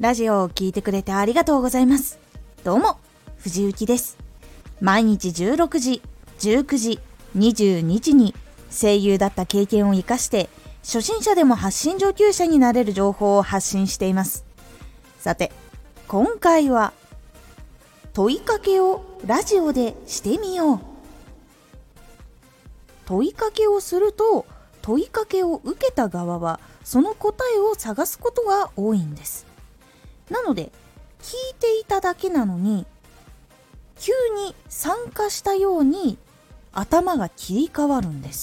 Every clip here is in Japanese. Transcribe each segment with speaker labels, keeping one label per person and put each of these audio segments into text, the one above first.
Speaker 1: ラジオを聞いてくれてありがとうございます。どうも、藤幸です。毎日16時、19時、22時に声優だった経験を生かして初心者でも発信上級者になれる情報を発信しています。さて、今回は問いかけをラジオでしてみよう。問いかけをすると、問いかけを受けた側はその答えを探すことが多いんです。なので、聞いていただけなのに急に参加したように頭が切り替わるんです。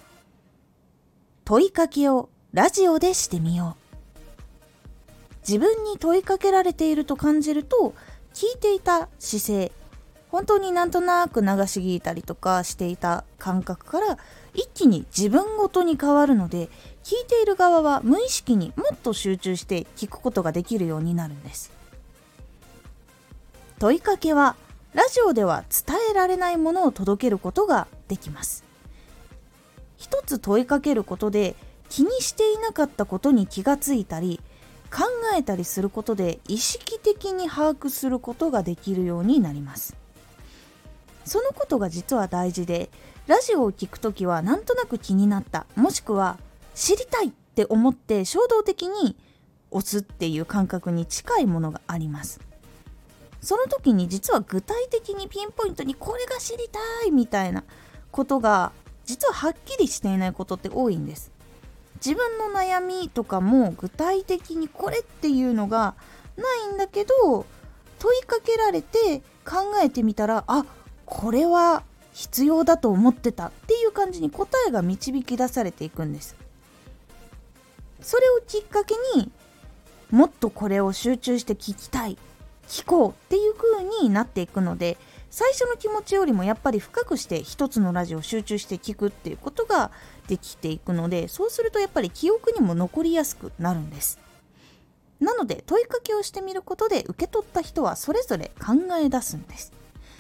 Speaker 1: 問いかけをラジオでしてみよう。自分に問いかけられていると感じると、聞いていた姿勢、本当になんとなく流し聞いたりとかしていた感覚から一気に自分ごとに変わるので、聞いている側は無意識にもっと集中して聞くことができるようになるんです。問いかけはラジオでは伝えられないものを届けることができます。一つ問いかけることで気にしていなかったことに気がついたり、考えたりすることで意識的に把握することができるようになります。そのことが実は大事で、ラジオを聞くときはなんとなく気になった、もしくは知りたいって思って衝動的に押すっていう感覚に近いものがあります。その時に実は具体的にピンポイントにこれが知りたいみたいなことが実ははっきりしていないことって多いんです。自分の悩みとかも具体的にこれっていうのがないんだけど、問いかけられて考えてみたら、あ、これは必要だと思ってたっていう感じに答えが導き出されていくんです。それをきっかけにもっとこれを集中して聞きたい、聞こうっていう風になっていくので、最初の気持ちよりもやっぱり深くして一つのラジオを集中して聞くっていうことができていくので、そうするとやっぱり記憶にも残りやすくなるんです。なので問いかけをしてみることで受け取った人はそれぞれ考え出すんです。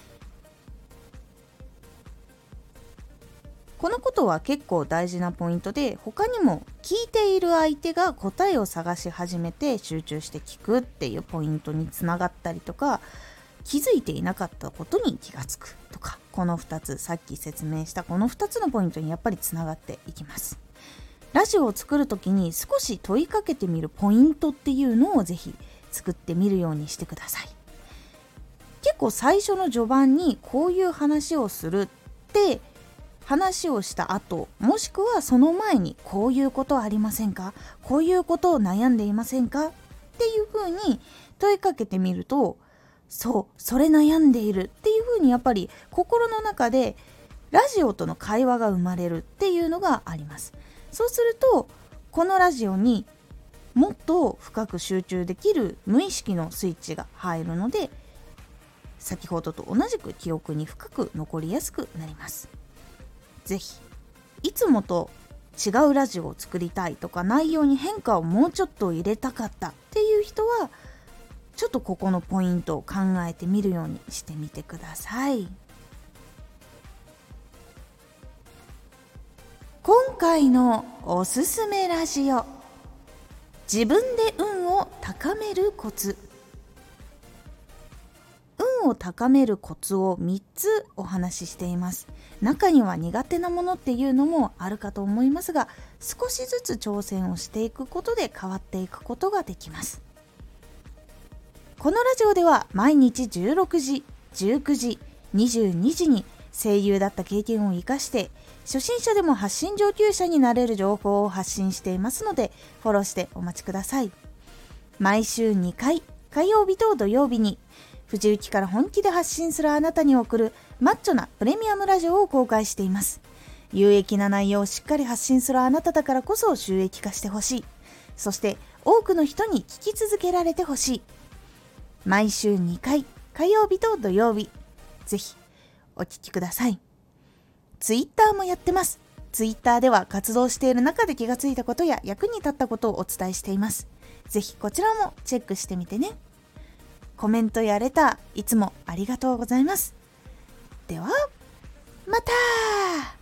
Speaker 1: このことは結構大事なポイントで、他にも聞いている相手が答えを探し始めて集中して聞くっていうポイントにつながったりとか、気づいていなかったことに気がつくとか、この2つ、さっき説明したこの2つのポイントにやっぱりつながっていきます。ラジオを作るときに少し問いかけてみるポイントっていうのをぜひ作ってみるようにしてください。結構最初の序盤にこういう話をするって話をした後、もしくはその前にこういうことありませんか、こういうことを悩んでいませんかっていうふうに問いかけてみると、そう、それ悩んでいるっていうふうにやっぱり心の中でラジオとの会話が生まれるっていうのがあります。そうするとこのラジオにもっと深く集中できる無意識のスイッチが入るので、先ほどと同じく記憶に深く残りやすくなります。ぜひいつもと違うラジオを作りたいとか、内容に変化をもうちょっと入れたかったっていう人は、ちょっとここのポイントを考えてみるようにしてみてください。今回のおすすめラジオ、自分で運を高めるコツ。運を高めるコツを3つお話ししています。中には苦手なものっていうのもあるかと思いますが、少しずつ挑戦をしていくことで変わっていくことができます。このラジオでは毎日16時、19時、22時に声優だった経験を生かして初心者でも発信上級者になれる情報を発信していますので、フォローしてお待ちください。毎週2回、火曜日と土曜日に藤雪から本気で発信するあなたに送るマッチョなプレミアムラジオを公開しています。有益な内容をしっかり発信するあなただからこそ収益化してほしい。そして多くの人に聞き続けられてほしい。毎週2回、火曜日と土曜日、ぜひお聞きください。ツイッターもやってます。ツイッターでは活動している中で気がついたことや役に立ったことをお伝えしています。ぜひこちらもチェックしてみてね。コメントやレターいつもありがとうございます。ではまた。